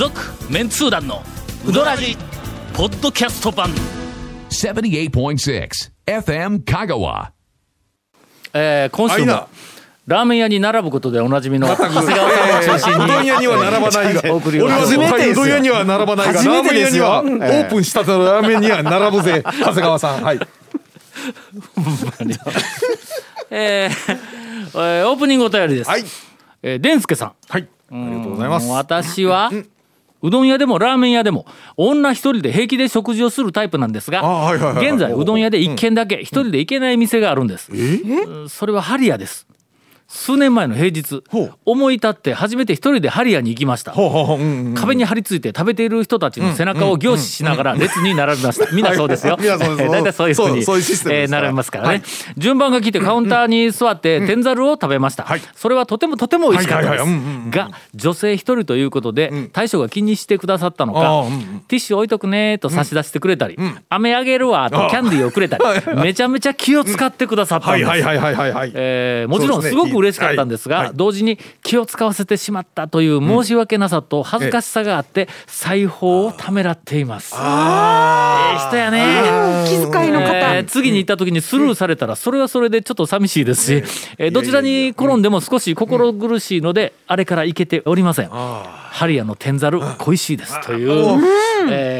続メンツー団のウドラジポッドキャスト版 78.6 FM 香川。 今週もラーメン屋に並ぶことでおなじみの長谷川さんを中心にうどん屋には並ばないが俺は絶対うどん屋には並ばないがラーメン屋にはオープンしたてのラーメンには並ぶぜ長谷川さん。はいオープニングお便りです。 はい、 でんすけさん。 はい、ありがとうございます。 私はうどん屋でもラーメン屋でも女一人で平気で食事をするタイプなんですが、現在うどん屋で一軒だけ一人で行けない店があるんです。それはハリヤです。数年前の平日、思い立って初めて一人でハリヤに行きました。壁に張り付いて食べている人たちの背中を凝視しながら列に並びました。みんなそうですよ。だいたいそういうふうに並びますからね。順番が来てカウンターに座って天ざるを食べました。それはとても美味しかったですが、女性一人ということで大将が気にしてくださったのか、ティッシュ置いとくねと差し出してくれたり、飴あげるわとキャンディーをくれたり、めちゃめちゃ気を使ってくださったんです。もちろんすごく嬉しかったんですが、同時に気を使わせてしまったという申し訳なさと恥ずかしさがあって裁縫をためらっています。人やね。 気遣いの方、 次に行った時にスルーされたらそれはそれでちょっと寂しいですし、どちらに転んでも少し心苦しいのであれから行けておりません。ハリヤの天ざる恋しいですという、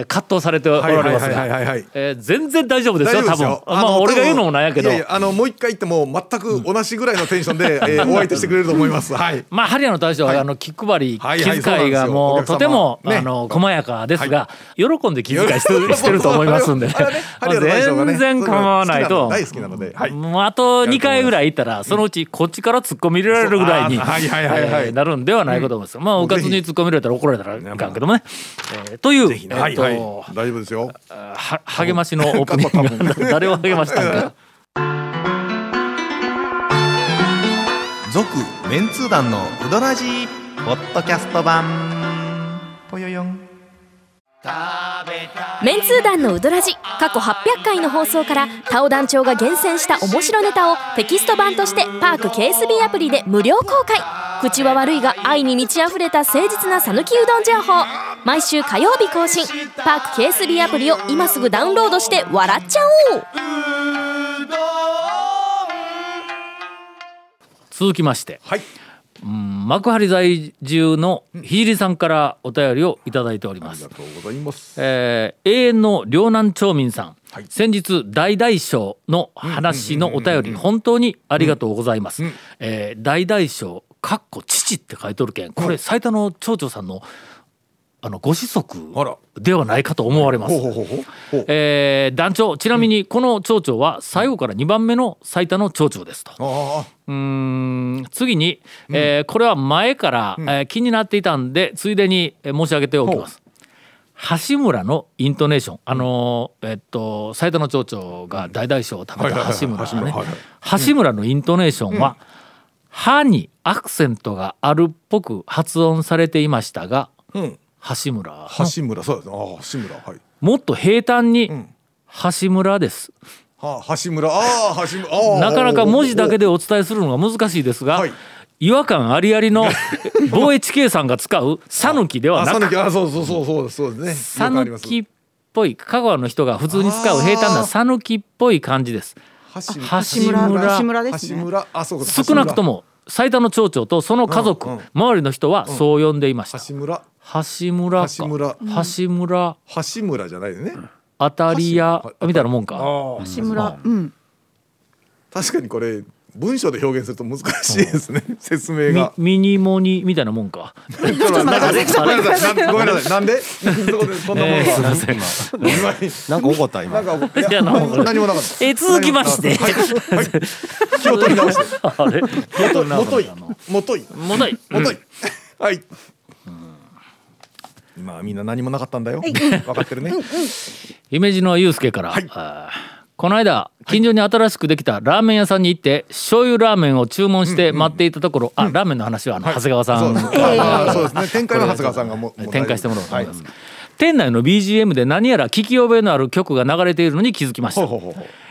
葛藤されておられますが、全然大丈夫ですよ多分。俺が言うのもなんやけど、 もう一回言っても全く同じぐらいのテンションでお相手してくれると思います。ハリヤの大将は気配り気遣いがもうとても細やかですが、喜んで気遣いしてると思いますんで全然構わないと。もうあと2回ぐらい行ったらそのうちこっちから突っ込み入れられるぐらいになるんではないかと思います。うかつに突っ込み入れたら怒られたらいかんけどもね。という大丈夫ですよ。 励ましのオープニング誰を励ましたんか。 続メンツー団のウドラジポッドキャスト版ぽよよん。 メンツー団のウドラジ過去800回の放送からタオ団長が厳選した面白ネタをテキスト版としてパーク KSB アプリで無料公開。口は悪いが愛に満ち溢れた誠実な讃岐うどん情報、毎週火曜日更新。パーク KSB アプリを今すぐダウンロードして笑っちゃおう。 続きまして、幕張在住のひじりさんからお便りをいただいております。 ありがとうございます。 永遠の両南町民さん、先日大大小の話のお便り本当にありがとうございます。大大小かっこ父って書いとるけん、これ最多の町長さんのご子息ではないかと思われます。団長、ちなみにこの町長は最後から2番目の最多の町長ですと。次に、これは前から、気になっていたんでついでに申し上げておきます。橋村のイントネーション、最多の町長が大大小を食べた橋村ね、橋村のイントネーションは、歯にアクセントがあるっぽく発音されていましたが、橋村そうですね。橋村、 もっと平坦に、橋村です。 橋村、 なかなか文字だけでお伝えするのが難しいですが、違和感ありありの防衛地形さんが使う讃岐ではなく、 そうですね。 讃岐っぽい香川の人が普通に使う平坦な讃岐っぽい感じです。橋村ですね。 少なくとも最多の町長とその家族、周りの人はそう呼んでいました。橋村じゃないよね。 当たり屋みたいなもんか。 橋村、 確かにこれ文章で表現すると難しいですね。説明がミニモニみたいなもんか。 ごめんなさい、なんでそんなもの。 すいません、なんか怒った今。 何もなかった。 続きまして気を取り直してもといはい。今みんな何もなかったんだよ。分かってるね。 姫路のゆうすけから、この間近所に新しくできたラーメン屋さんに行って醤油ラーメンを注文して待っていたところ、ラーメンの話は長谷川さん、 そうですね。展開の長谷川さんが展開してもらおうと思います。店内の BGM で何やら聞き覚えのある曲が流れているのに気づきました。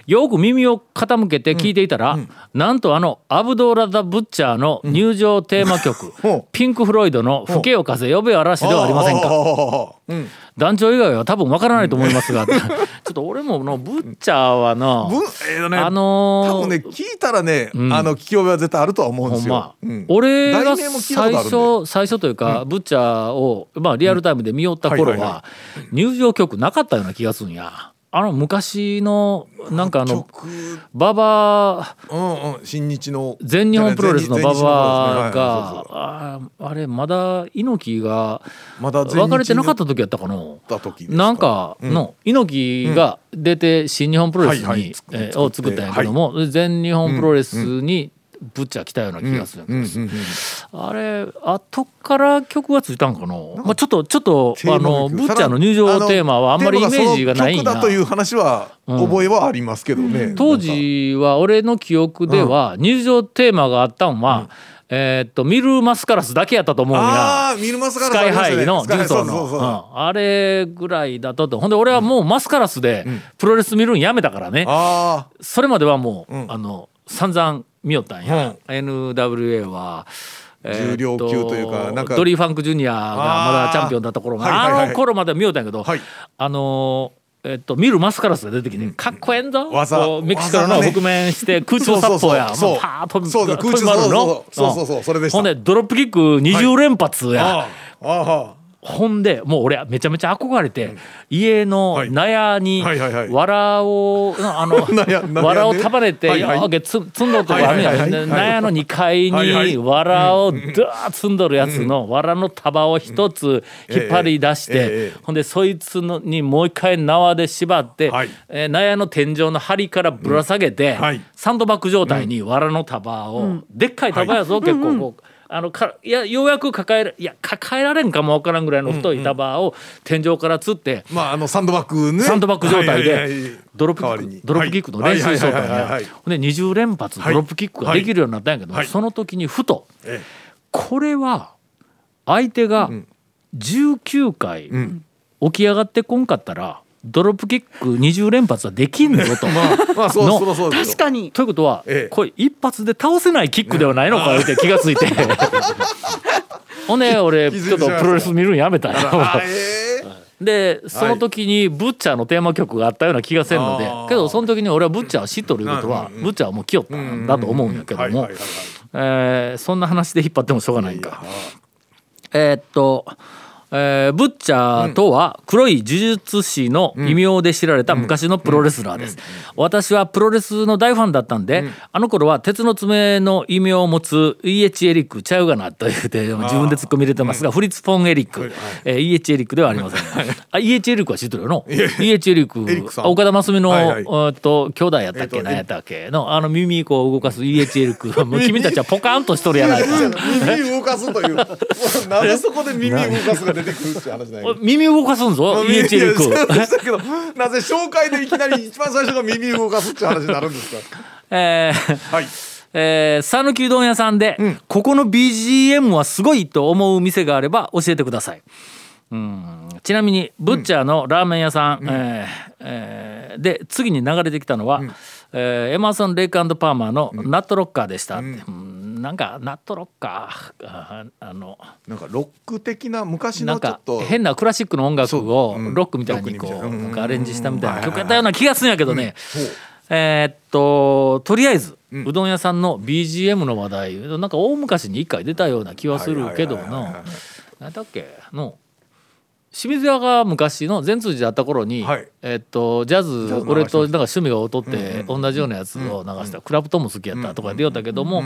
よく耳を傾けて聞いていたら、なんとアブドーラ・ザ・ブッチャーの入場テーマ曲、ピンク・フロイドの吹けよ風呼べよ嵐ではありませんか。団長以外は多分わからないと思いますがちょっと俺ものブッチャーはな、 多分ね聞いたらね、聞き覚えは絶対あるとは思うんですよ。 俺が最初というか、ブッチャーを、リアルタイムで見よった頃は、入場曲なかったような気がするんや。昔のなんかババ新日の全日本プロレスのババがあれまだ猪木が別れてなかった時やったかな。なんかの猪木が出て新日本プロレスにを作ったんやけども、全日本プロレスにブッチャー来たような気がするんです。あれ後から曲がついたんかな。ちょっとブッチャーの入場テーマはあんまりイメージがないんや。 曲だという話は覚えはありますけどね。 当時は俺の記憶では入場テーマがあったんは、ミルマスカラスだけやったと思うんや。 ミルマスカラススカイハイの重曹の、あれぐらいだと。ほんで俺はもうマスカラスでプロレス見るんやめたからね。それまではもう、散々見よったんや。NWA は重量級というか、なんかドリー・ファンク・ジュニアがまだチャンピオンだった頃あの頃まで見よったんやけど、見るマスカラスが出てきて、かっこええんぞ。メキシコの覆面して空中殺法や、パーッと飛び回るの。 それでした。 ほんでドロップキック20連発や。ほんでもう俺めちゃめちゃ憧れて、家の納屋にわらを束ねて積んどるとこあるやん。納屋の2階にわらをダー積んどるやつのわらの束を一つ引っ張り出して、ほんでそいつにもう一回縄で縛って、納屋の天井の梁からぶら下げて、サンドバッグ状態にわらの束を、でっかい束やぞ結構こう。ようやく抱えられんかもわからんぐらいの太い束を天井からつって、 サンドバッグね、 サンドバッグ状態でドロップキックの練習しとったんや。で20連発ドロップキックができるようになったんやけど、その時にふとこれは相手が19回起き上がってこんかったらドロップキック20連発はできんぞと。 確かに。 ということは、これ一発で倒せないキックではないのかって気がついてほんで俺ちょっとプロレス見るんやめたよでその時にブッチャーのテーマ曲があったような気がせんので、けどその時に俺はブッチャーを知っとるいうことは、ブッチャーはもう来よったんだと思うんやけども、そんな話で引っ張ってもしょうがないんか。ブッチャーとは黒い呪術師の異名で知られた昔のプロレスラーです。私はプロレスの大ファンだったんで、あの頃は鉄の爪の異名を持つ E.H. エリックちゃうがなと言って自分でツッコミ入れてますが、フリッツ・フォン・エリック、E.H. エリックではありません。E.H. エリックは知ってるよの。E.H. エリック岡田真澄の兄弟やったっけ何やったっけの耳こう動かす E.H. エリックもう君たちはポカンとしとるやないか。 耳動かすというなぜそこで耳動かすが出てくるって話ない。 耳動かすんぞ E.H. エリック。 だけどなぜ紹介でいきなり一番最初が耳動かすって話になるんですか。 讃岐うどん屋さんで、ここの BGM はすごいと思う店があれば教えてください。ちなみにブッチャーのラーメン屋さん、で次に流れてきたのは、エマーソン・レイク&パーマーのナットロッカーでしたって、なんかナットロッカーなんかロック的な昔のちょっと変なクラシックの音楽をロックみたいにこうなんかアレンジしたみたいな曲やったような気がするんやけどね。とりあえずうどん屋さんの BGM の話題、なんか大昔に一回出たような気はするけどな、何だっけの清水屋が昔の善通寺であった頃に、ジャズ俺となんか趣味が劣って同じようなやつを流したクラプトンも好きやったとか出よったけども、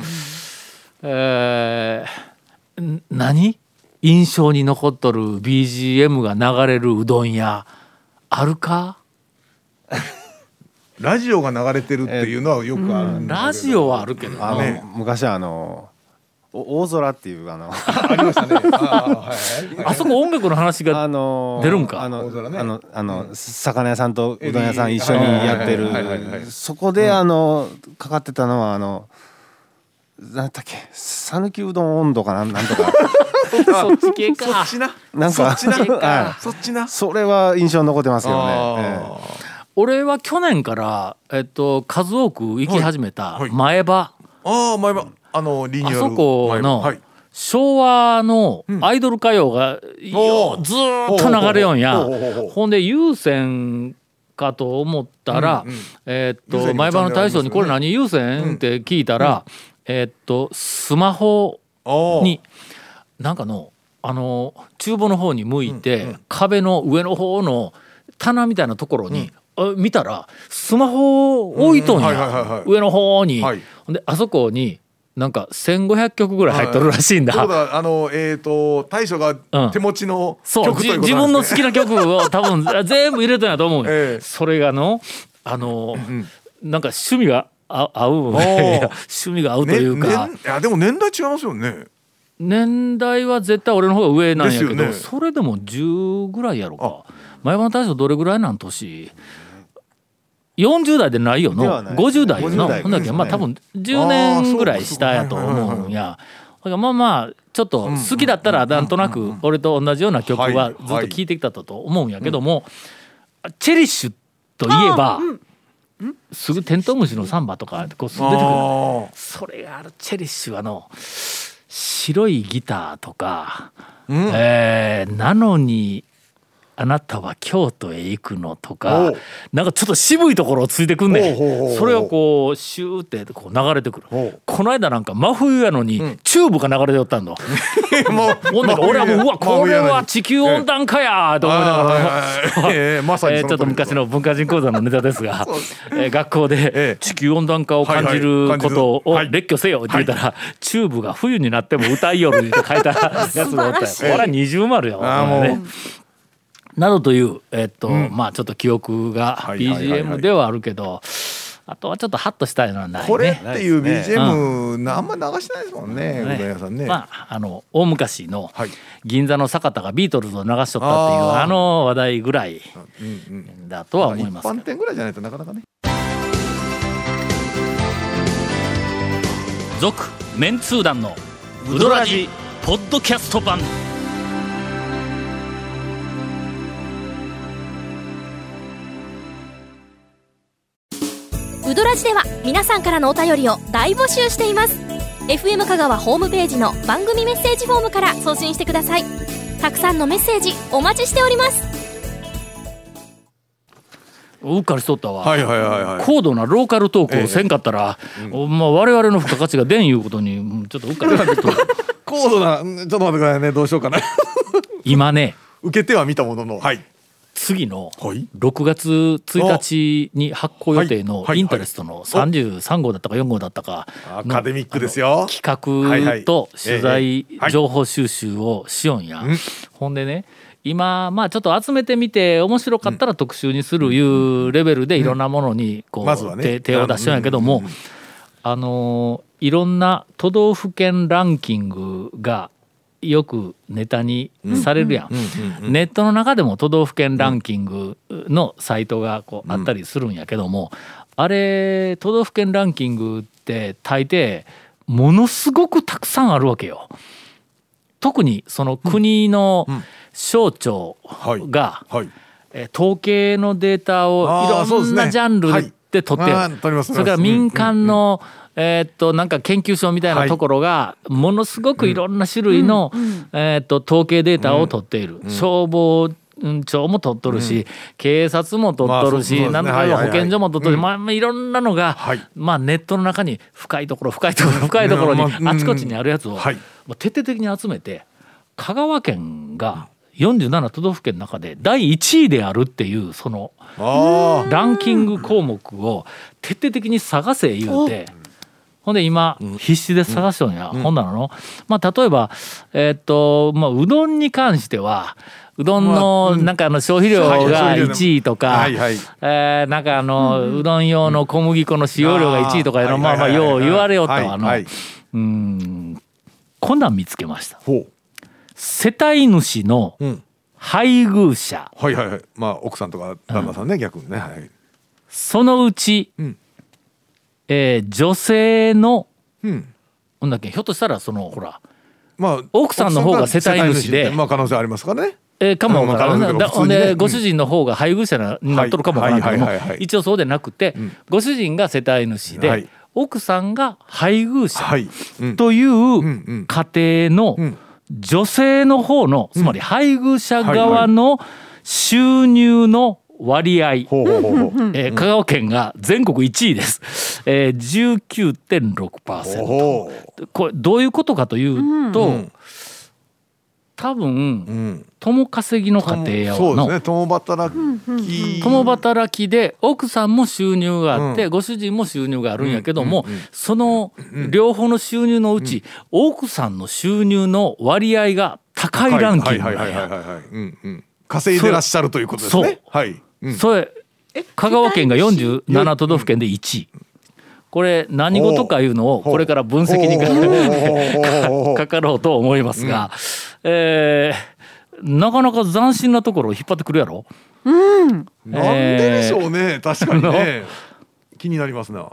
何印象に残っとる BGM が流れるうどん屋あるか？ ラジオが流れてるっていうのはよくあるんだけど、 ラジオはあるけど昔は大空っていうありましたね。 あそこ音楽の話が出るんか。 魚屋さんとうどん屋さん一緒にやってる、そこでかかってたのは何だっけ、讃岐うどん温度かなんとかそっち系か。 そっちな。 なんかそっちな。そっちな。 それは印象に残ってますけどね。 俺は去年から、数多く行き始めた前場、 前場リニューアル、 あそこの昭和のアイドル歌謡がずーっと流れよんや。ほんで有線かと思ったら、前場の大将にこれ何有線って聞いたら、スマホになんかの厨房の方に向いて、壁の上の方の棚みたいなところに、見たらスマホ置いとんや、上の方に。であそこになんか1500曲ぐらい入っとるらしいんだ。 そうだ、大将が手持ちの曲ということなんですね。 自分の好きな曲を多分全部入れたんやと思う。それがなんか趣味が合う趣味が合うというか、 いやでも年代違いますよね。 年代は絶対俺の方が上なんやけど、それでも10ぐらいやろか。前場の大将どれぐらいなん年？40代でないよの、50代よの。ほんだけ多分10年ぐらい下やと思うんや。まあちょっと好きだったらなんとなく俺と同じような曲はずっと聴いてきたと思うんやけども、チェリッシュといえばすぐテントウムシのサンバとかこう出てくる。それがチェリッシュは白いギターとか、なのにあなたは京都へ行くのとか、なんかちょっと渋いところをついてくんねん。それをこうシューってこう流れてくる。この間なんか真冬やのにチューブが流れておったんだ。俺はもううわこれは地球温暖化やと思いながら、まさにちょっと昔の文化人講座のネタですが、学校で地球温暖化を感じることを列挙せよって言ったら、チューブが冬になっても歌いよるって書いたやつがおったよ。これは二重丸よ。などという、まあちょっと記憶が BGM ではあるけど、あとはちょっとハッとしたいのはないね。 これっていう BGM、あんまり流してないですもんね、うどん屋さんね。 まあ大昔の銀座の坂田がビートルズを流しとったっていう話題ぐらいだとは思いますけど、 一般店ぐらいじゃないとなかなかね。 続メンツー団のウドラジポッドキャスト版。 ウドラジでは皆さんからのお便りを大募集しています。 FM 香川ホームページの番組メッセージフォームから送信してください。たくさんのメッセージお待ちしております。 うっかりしとったわ、高度なローカルトークをせんかったら、まあ、我々の付加価値が出んいうことにちょっとうっかりしとった高度な、ちょっと待ってくださいね、どうしようかな今ね受けては見たものの、 次の6月1日に発行予定のインタレストの33号だったか4号だったかアカデミックですよ。 企画と取材情報収集をしよんや。ほんでね今まあちょっと集めてみて面白かったら特集にするいうレベルでいろんなものにこう手を出しちゃうんやけども、いろんな都道府県ランキングがよくネタにされるやん。ネットの中でも都道府県ランキングのサイトがこうあったりするんやけども、あれ都道府県ランキングって大抵ものすごくたくさんあるわけよ。特にその国の省庁が統計のデータをいろんなジャンルで取ってる。それから民間のなんか研究所みたいなところがものすごくいろんな種類の統計データを取っている。消防庁も取っとるし、警察も取っとるし、なんとか保健所も取っとるし、まあいろんなのがまあネットの中に深いところにあちこちにあるやつを徹底的に集めて、香川県が47都道府県の中で第1位であるっていうそのランキング項目を徹底的に探せ言うて、ほんで今必死で探しとんや。ほんなのまあ例えばまあうどんに関してはうどんのなんか消費量が1位とか、なんかうどん用の小麦粉の使用量が1位とかいうのまあまあよう言われよったわ。こんなん見つけました。世帯主の配偶者、 まあ奥さんとか旦那さんね、逆にね、 そのうち女性のほんだっけひょっとしたらそのほら、奥さんの方が世帯主で、 まあ可能性ありますからね。 かもわからない。でご主人の方が配偶者になっとるかもわからないけども、一応そうでなくて、ご主人が世帯主で、奥さんが配偶者という家庭の女性の方の、つまり配偶者側の収入の割合、香川県が全国1位です。19.6%。これどういうことかというと、多分共稼ぎの家庭やわの、 そうですね、共働きで奥さんも収入があって、ご主人も収入があるんやけども、その両方の収入のうち、奥さんの収入の割合が高いランキングなんや。 稼いでらっしゃるということですね。 それ香川県が47都道府県で1位。これ何事かいうのをこれから分析にかかろうと思いますが、なかなか斬新なところを引っ張ってくるやろ。 なんででしょうね。確かにね。気になりますな。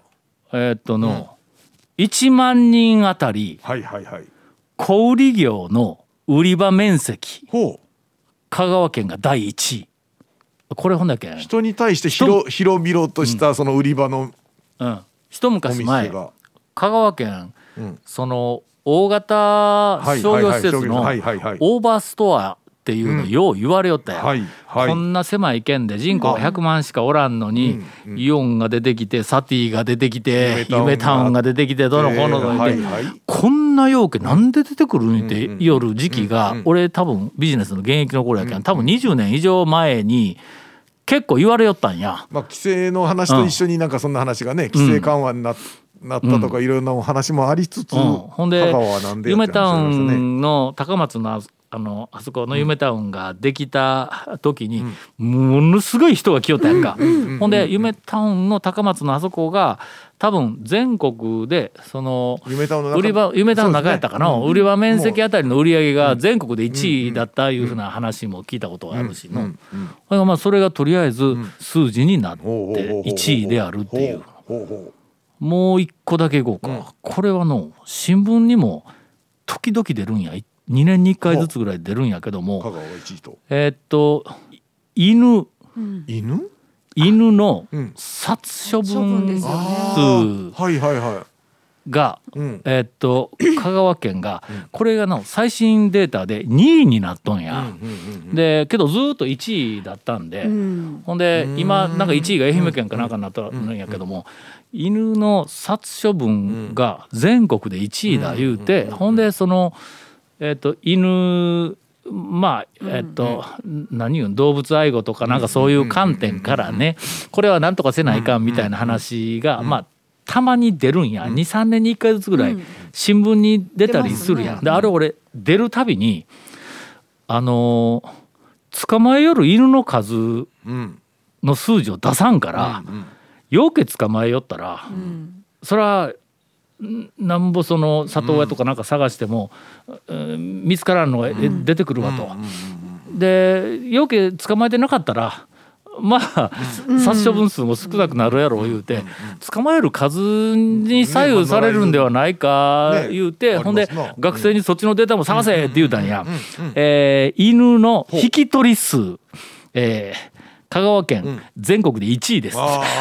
1万人あたり小売業の売り場面積、香川県が第1位。これほんだっけ、 人に対して広々としたその売り場の、 一昔前香川県、その大型商業施設のオーバーストアっていうのよう言われよったよ。こんな狭い県で人口が100万しかおらんのに、イオンが出てきてサティが出てきて夢タウンが出てきてどのこのので、こんなようけなんで出てくるんって言る時期が、俺多分ビジネスの現役の頃やけん、多分20年以上前に結構言われよったんや。 規制の話と一緒になんかそんな話がね、規制緩和になったとかいろんなお話もありつつ、 ほんで夢タウンの高松のあそこの夢タウンができた時にものすごい人が来よったやんか。ほんで夢タウンの高松のあそこが多分全国でその夢タウンの中やったかな、売り場面積あたりの売り上げが全国で1位だったいうふうな話も聞いたことがあるしの、それがとりあえず数字になって1位であるっていう。もう一個だけいこうか。これはの新聞にも時々出るんや。2年に1回ずつぐらい出るんやけども、犬の殺処分数が香川県がこれがの最新データで2位になっとんや。でけどずっと1位だったんで、ほんで今なんか1位が愛媛県かなんかになったんやけども、犬の殺処分が全国で1位だ言うて、ほんでその犬何言う動物愛護とかなんかそういう観点からね、これはなんとかせないかんみたいな話がたまに出るんや。 2,3 年に1回ずつぐらい新聞に出たりするやん。であれ俺出るたびに捕まえよる犬の数の数字を出さんからよけ捕まえよったら、それはなんぼその里親とかなんか探しても、見つからんのが出てくるわと。でよけ捕まえてなかったら殺処分数も少なくなるやろう言うて、捕まえる数に左右されるんではないか言うて、ほんで学生にそっちのデータも探せって言うたんや。犬の引き取り数、香川県全国で1位です。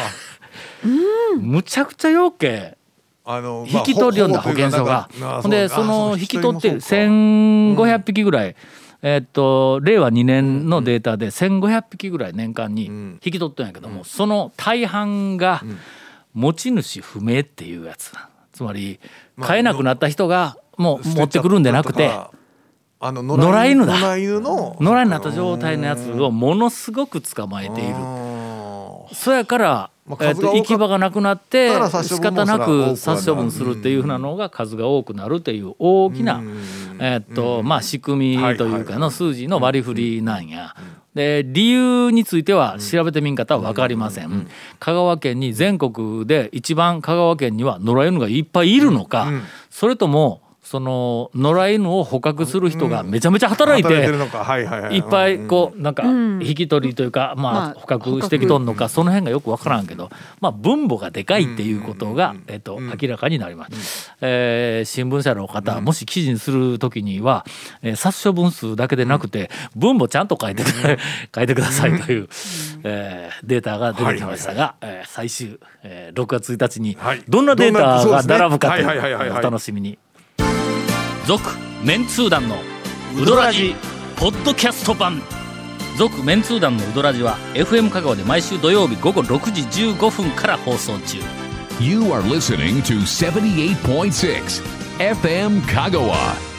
むちゃくちゃよけ引き取りよんだ保健所が。ほんでその引き取って1,500匹ぐらい、令和2年のデータで1,500匹ぐらい年間に引き取ったんやけども、その大半が持ち主不明っていうやつ。つまり飼えなくなった人がもう持ってくるんでなくて、野良犬だ、野良になった状態のやつをものすごく捕まえている。そやから行き場がなくなって仕方なく殺処分するっていうふうなのが数が多くなるっていう大きな仕組みというかの数字の割り振りなんや。で理由については調べてみんかったら分かりません。香川県に全国で一番香川県には野良犬がいっぱいいるのか、それともその野良犬を捕獲する人がめちゃめちゃ働いて、いっぱいこうなんか引き取りというか、まあ捕獲してきとんのか、その辺がよくわからんけど、まあ分母がでかいっていうことが明らかになります。新聞社の方、もし記事にするときには殺処分数だけでなくて分母ちゃんと書いてくださいというデータが出てきましたが、最終6月1日にどんなデータが並ぶかというお楽しみに。続メンツー団のウドラジポッドキャスト版。続メンツー団のウドラジは FM 香川で毎週土曜日午後6時15分から放送中。 You are listening to 78.6 FM 香川。